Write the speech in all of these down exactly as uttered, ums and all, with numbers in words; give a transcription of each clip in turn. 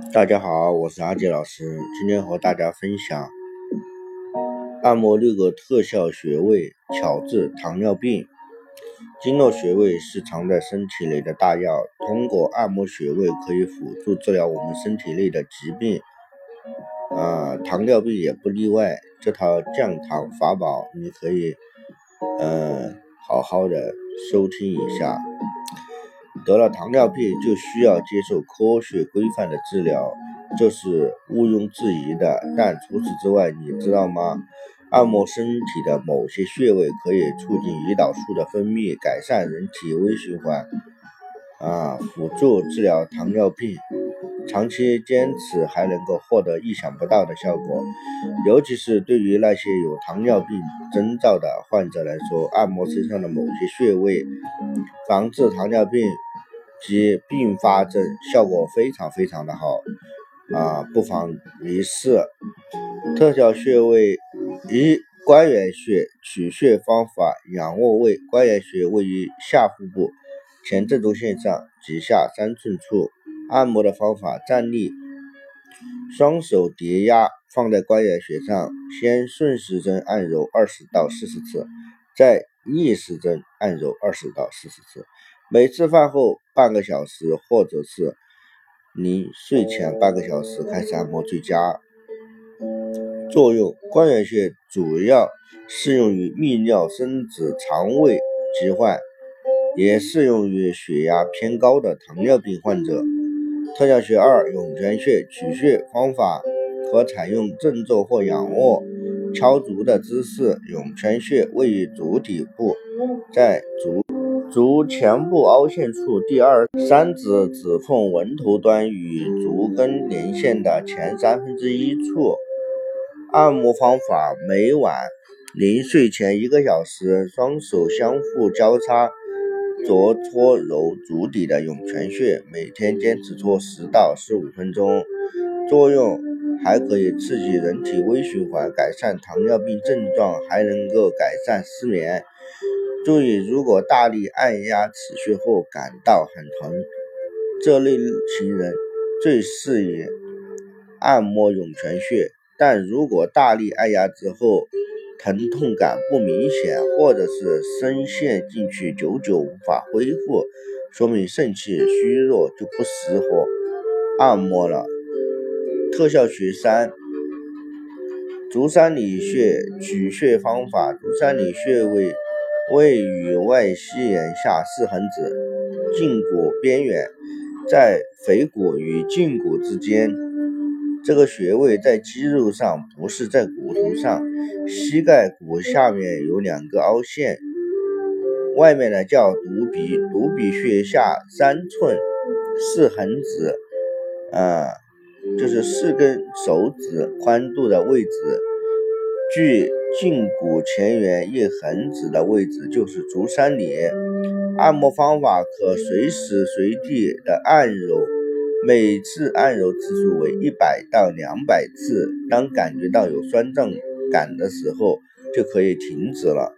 大家好，我是阿杰老师，今天和大家分享按摩六个特效穴位，巧治糖尿病。经络穴位是藏在身体内的大药，通过按摩穴位可以辅助治疗我们身体内的疾病，啊，糖尿病也不例外。这套降糖法宝，你可以，呃，好好的收听一下。得了糖尿病就需要接受科学规范的治疗，这是毋庸置疑的。但除此之外，你知道吗？按摩身体的某些穴位可以促进胰岛素的分泌，改善人体微循环，啊，辅助治疗糖尿病。长期坚持还能够获得意想不到的效果，尤其是对于那些有糖尿病征兆的患者来说，按摩身上的某些穴位，防治糖尿病及并发症效果非常非常的好啊，不妨一试。特效穴位一，关元穴取穴方法：仰卧位，关元穴位于下腹部前正中线上及下三寸处。按摩的方法：站立，双手叠压放在关元穴上，先顺时针按揉二十到四十次，再逆时针按揉二十到四十次。每次饭后半个小时，或者是临睡前半个小时开始按摩最佳。作用：关元穴主要适用于泌尿生殖肠胃疾患，也适用于血压偏高的糖尿病患者。特效穴二，涌泉穴取穴方法：可采用正坐或仰卧敲足的姿势。涌泉穴位于足底部，在足足前部凹陷处第二三指指缝纹头端与足跟连线的前三分之一处。按摩方法：每晚临睡前一个小时，双手相互交叉着搓揉足底的涌泉穴，每天坚持搓十到十五分钟。作用：还可以刺激人体微循环，改善糖尿病症状，还能够改善失眠。注意，如果大力按压此穴后感到很疼，这类型人最适宜按摩涌泉穴，但如果大力按压之后疼痛感不明显，或者是深陷进去久久无法恢复，说明肾气虚弱，就不适合按摩了。特效穴三，足三里穴取穴方法：足三里穴位位于外膝眼下四横指胫骨边缘，在腓骨与胫骨之间。这个穴位在肌肉上，不是在骨头上。膝盖骨下面有两个凹陷，外面呢叫犊鼻，犊鼻穴下三寸四横指，啊，就是四根手指宽度的位置，距胫骨前缘一横指的位置就是足三里。按摩方法：可随时随地的按揉，每次按揉次数为一百到两百次，当感觉到有酸胀感的时候就可以停止了。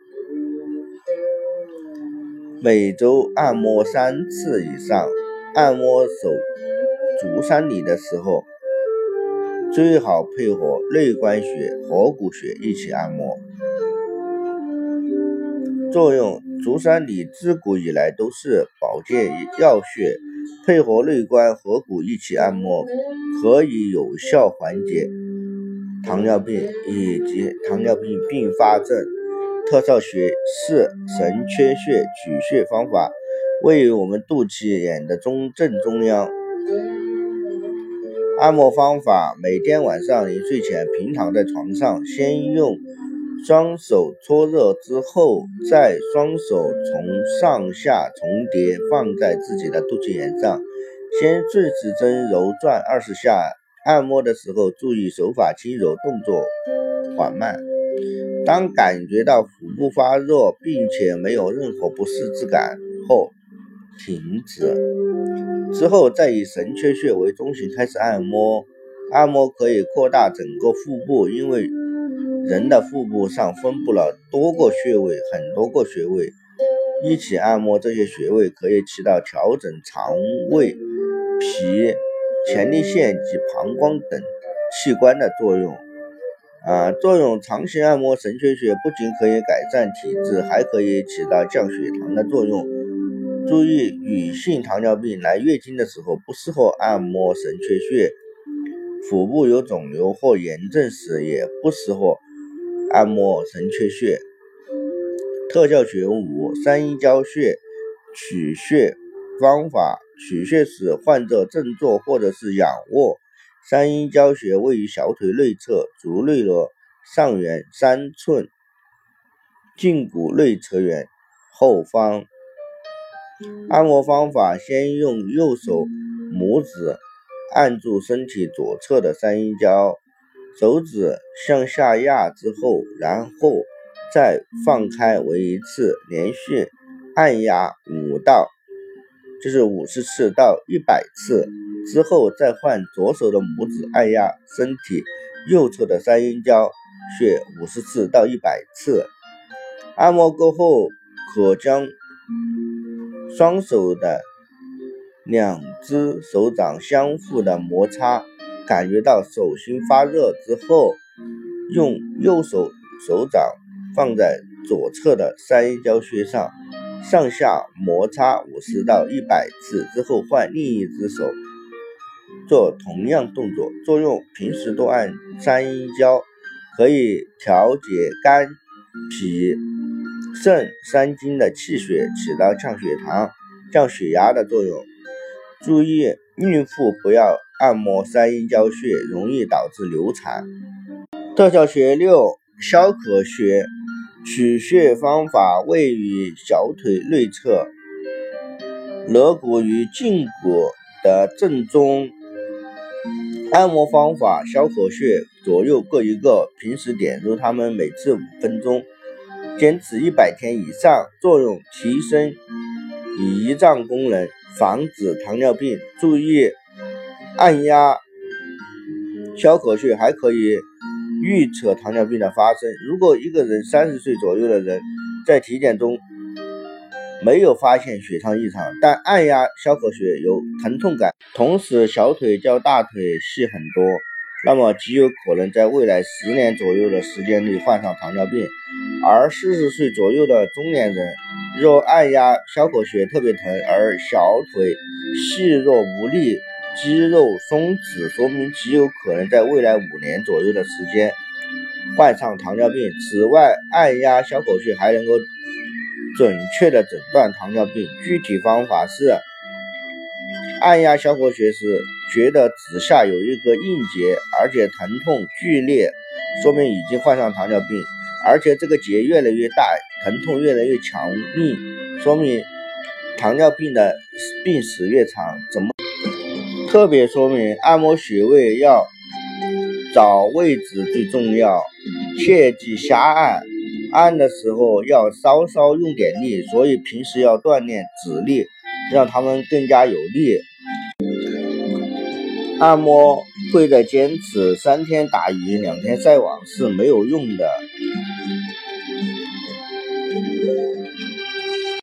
每周按摩三次以上。按摩手足三里的时候，最好配合内关穴、合谷穴一起按摩。作用：足三里自古以来都是保健要穴，配合内关、合谷一起按摩，可以有效缓解糖尿病以及糖尿病并发症。特效穴四，神阙穴取穴方法：位于我们肚脐眼的中正中央。按摩方法：每天晚上临睡前平躺在床上，先用双手搓热之后，再双手从上下重叠放在自己的肚脐眼上，先顺时针揉转二十下。按摩的时候注意手法轻柔，动作缓慢。当感觉到腹部发热并且没有任何不适之感后停止，之后再以神阙穴为中心开始按摩。按摩可以扩大整个腹部，因为人的腹部上分布了多个穴位，很多个穴位，一起按摩这些穴位可以起到调整肠胃、脾、 前列腺及膀胱等器官的作用。啊，作用长期按摩神阙穴不仅可以改善体质，还可以起到降血糖的作用。注意，女性糖尿病来月经的时候不适合按摩神阙穴，腹部有肿瘤或炎症时也不适合按摩神阙穴。特效穴五：三阴交穴取穴方法。取穴时，患者正坐或者是仰卧。三阴交穴位于小腿内侧，足内侧上缘三寸，胫骨内侧缘后方。按摩方法：先用右手拇指按住身体左侧的三阴交，手指向下压之后，然后再放开为一次，连续按压五到就是五十次到一百次之后，再换左手的拇指按压身体右侧的三阴交穴五十次到一百次。按摩过后，可将双手的两只手掌相互的摩擦，感觉到手心发热之后，用右手手掌放在左侧的三阴交穴上，上下摩擦五十到一百次之后，换另一只手做同样动作。作用：平时多按三阴交，可以调节肝、脾、肾三经的气血，起到降血糖、降血压的作用。注意，孕妇不要按摩三阴交穴，容易导致流产。特效穴六：小可穴取穴方法。位于小腿内侧，肋骨与胫骨的正中。按摩方法：小可穴左右各一个，平时点入它们，每次五分钟，坚持一百天以上。作用：提升胰脏功能，防止糖尿病。注意，按压小可穴还可以预测糖尿病的发生。如果一个人三十岁左右的人在体检中没有发现血糖异常，但按压小可穴有疼痛感，同时小腿较大腿细很多，那么极有可能在未来十年左右的时间里患上糖尿病。而四十岁左右的中年人若按压小可穴特别疼，而小腿细弱无力，肌肉松弛，说明极有可能在未来五年左右的时间患上糖尿病。此外，按压小可穴还能够准确的诊断糖尿病。具体方法是，按压小可穴时觉得指下有一个硬结，而且疼痛剧烈，说明已经患上糖尿病，而且这个结越来越大，疼痛越来越强硬，说明糖尿病的病史越长。怎么特别说明，按摩穴位要找位置最重要，切忌瞎按，按的时候要稍稍用点力，所以平时要锻炼指力，让它们更加有力。按摩会在坚持三天打鱼两天晒网是没有用的。